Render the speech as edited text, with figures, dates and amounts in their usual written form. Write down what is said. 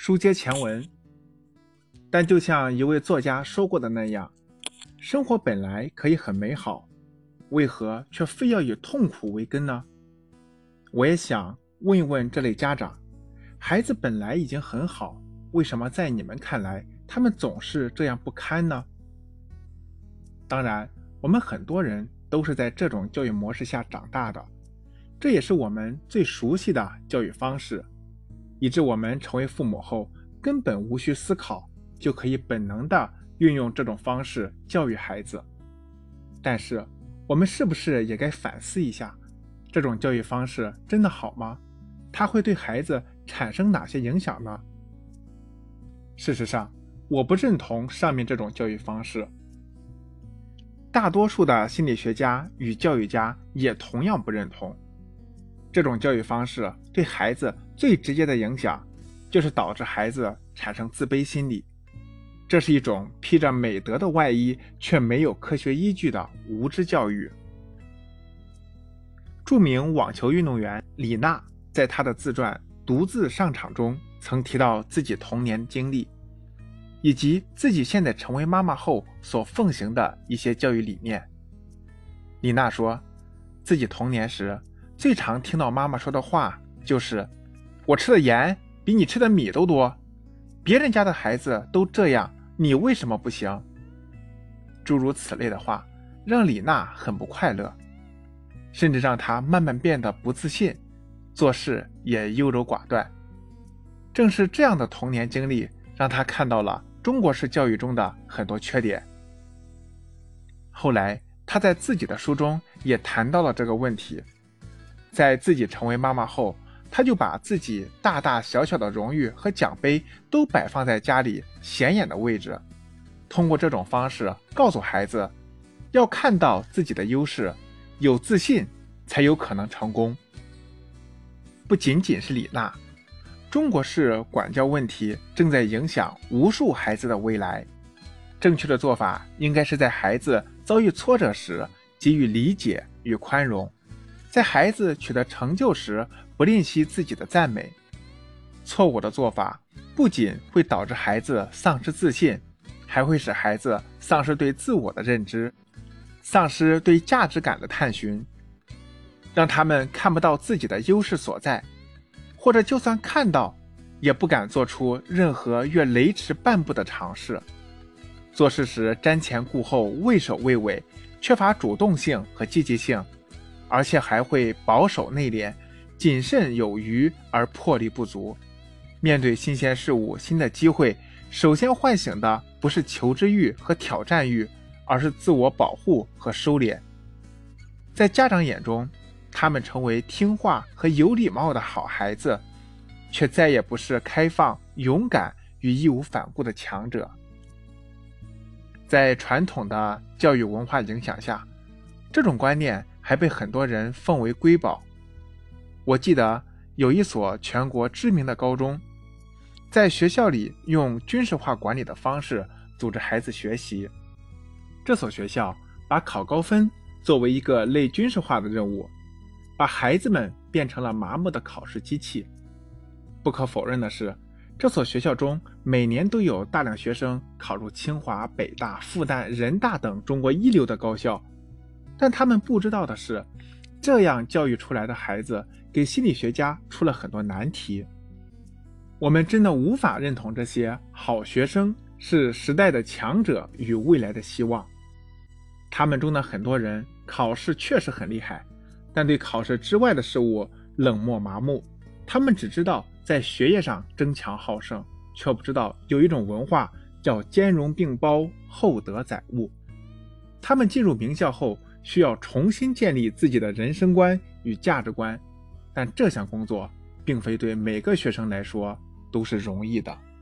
书接前文，但就像一位作家说过的那样，生活本来可以很美好，为何却非要以痛苦为根呢？我也想问一问这类家长，孩子本来已经很好，为什么在你们看来，他们总是这样不堪呢？当然，我们很多人都是在这种教育模式下长大的，这也是我们最熟悉的教育方式，以致我们成为父母后，根本无需思考，就可以本能地运用这种方式教育孩子。但是，我们是不是也该反思一下，这种教育方式真的好吗？它会对孩子产生哪些影响呢？事实上，我不认同上面这种教育方式。大多数的心理学家与教育家也同样不认同。这种教育方式对孩子最直接的影响，就是导致孩子产生自卑心理。这是一种披着美德的外衣却没有科学依据的无知教育。著名网球运动员李娜在她的自传《独自上场》中曾提到自己童年经历，以及自己现在成为妈妈后所奉行的一些教育理念。李娜说，自己童年时最常听到妈妈说的话就是我吃的盐比你吃的米都多，别人家的孩子都这样，你为什么不行？诸如此类的话让李娜很不快乐，甚至让她慢慢变得不自信，做事也优柔寡断。正是这样的童年经历让她看到了中国式教育中的很多缺点。后来她在自己的书中也谈到了这个问题。在自己成为妈妈后，她就把自己大大小小的荣誉和奖杯都摆放在家里显眼的位置，通过这种方式告诉孩子，要看到自己的优势，有自信才有可能成功。不仅仅是李娜，中国式管教问题正在影响无数孩子的未来。正确的做法应该是在孩子遭遇挫折时给予理解与宽容，在孩子取得成就时不吝惜自己的赞美。错误的做法不仅会导致孩子丧失自信，还会使孩子丧失对自我的认知，丧失对价值感的探寻，让他们看不到自己的优势所在，或者就算看到，也不敢做出任何越雷池半步的尝试。做事时瞻前顾后，畏首畏尾，缺乏主动性和积极性，而且还会保守内敛，谨慎有余而魄力不足。面对新鲜事物、新的机会，首先唤醒的不是求知欲和挑战欲，而是自我保护和收敛。在家长眼中，他们成为听话和有礼貌的好孩子，却再也不是开放、勇敢与义无反顾的强者。在传统的教育文化影响下，这种观念还被很多人奉为瑰宝。我记得有一所全国知名的高中，在学校里用军事化管理的方式组织孩子学习。这所学校把考高分作为一个类军事化的任务，把孩子们变成了麻木的考试机器。不可否认的是，这所学校中每年都有大量学生考入清华、北大、复旦、人大等中国一流的高校，但他们不知道的是，这样教育出来的孩子给心理学家出了很多难题。我们真的无法认同这些好学生是时代的强者与未来的希望。他们中的很多人考试确实很厉害，但对考试之外的事物冷漠麻木，他们只知道在学业上争强好胜，却不知道有一种文化叫兼容并包、厚德载物。他们进入名校后需要重新建立自己的人生观与价值观，但这项工作并非对每个学生来说都是容易的。